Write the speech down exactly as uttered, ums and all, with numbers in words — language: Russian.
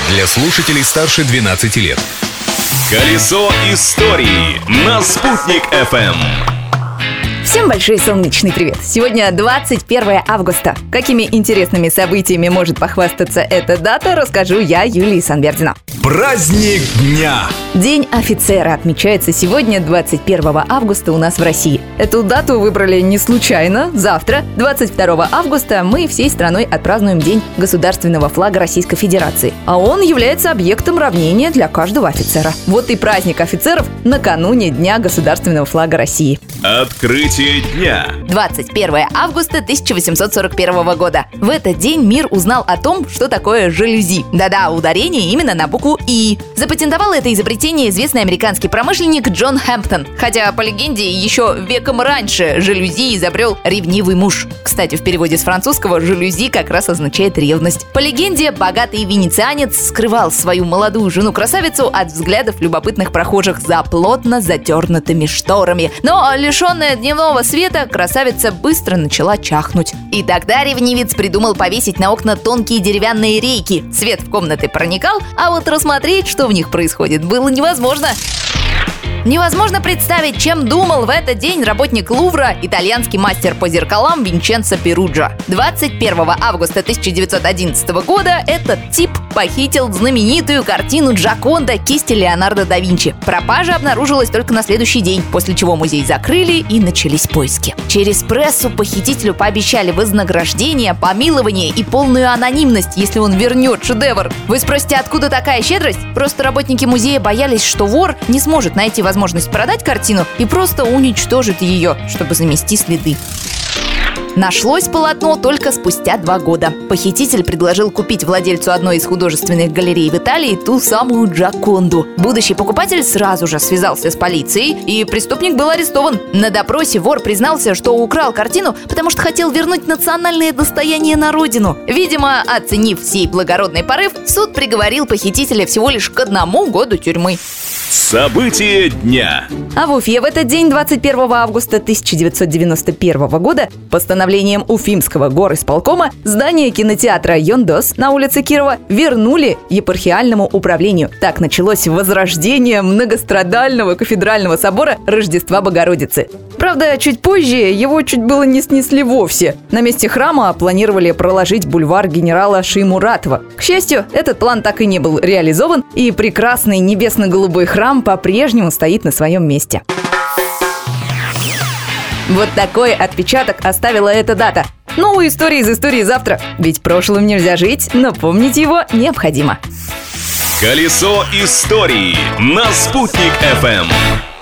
для слушателей старше двенадцати лет. Колесо истории на Спутник эф эм. Всем большой солнечный привет! Сегодня двадцать первое августа. Какими интересными событиями может похвастаться эта дата, расскажу я, Юлия Санвердина. Праздник дня! День офицера отмечается сегодня, двадцать первого августа, у нас в России. Эту дату выбрали не случайно. Завтра, двадцать второго августа, мы всей страной отпразднуем День государственного флага Российской Федерации. А он является объектом равнения для каждого офицера. Вот и праздник офицеров накануне Дня государственного флага России. Открытие дня. двадцать первого августа тысяча восемьсот сорок первого года. В этот день мир узнал о том, что такое жалюзи. Да-да, ударение именно на букву «и». Запатентовал это изобретение известный американский промышленник Джон Хэмптон. Хотя, по легенде, еще веком раньше жалюзи изобрел ревнивый муж. Кстати, в переводе с французского жалюзи как раз означает ревность. По легенде, богатый венецианец скрывал свою молодую жену-красавицу от взглядов любопытных прохожих за плотно задернутыми шторами. Но, лишенная дневного света, красавица быстро начала чахнуть. И тогда ревнивец придумал повесить на окна тонкие деревянные рейки. Свет в комнаты проникал, а вот рассмотреть, что в них происходит, было невозможно. Невозможно представить, чем думал в этот день работник Лувра, итальянский мастер по зеркалам Винченцо Перуджа. двадцать первого августа тысяча девятьсот одиннадцатого года этот тип похитил знаменитую картину Джоконда кисти Леонардо да Винчи. Пропажа обнаружилась только на следующий день, после чего музей закрыли и начались поиски. Через прессу похитителю пообещали вознаграждение, помилование и полную анонимность, если он вернет шедевр. Вы спросите, откуда такая щедрость? Просто работники музея боялись, что вор не сможет найти возможность продать картину и просто уничтожит ее, чтобы замести следы. Нашлось полотно только спустя два года. Похититель предложил купить владельцу одной из художественных галерей в Италии ту самую Джоконду. Будущий покупатель сразу же связался с полицией, и преступник был арестован. На допросе вор признался, что украл картину, потому что хотел вернуть национальное достояние на родину. Видимо, оценив сей благородный порыв, суд приговорил похитителя всего лишь к одному году тюрьмы. События дня. А в Уфе в этот день, двадцать первого августа тысяча девятьсот девяносто первого года, постановлением Уфимского горисполкома здание кинотеатра «Йондос» на улице Кирова вернули епархиальному управлению. Так началось возрождение многострадального кафедрального собора Рождества Богородицы. Правда, чуть позже его чуть было не снесли вовсе. На месте храма планировали проложить бульвар генерала Шеймуратова. К счастью, этот план так и не был реализован, и прекрасный небесно-голубой храм по-прежнему стоит на своем месте. Вот такой отпечаток оставила эта дата. Новые истории из истории завтра. Ведь прошлым нельзя жить, но помнить его необходимо. Колесо истории на Спутник эф эм.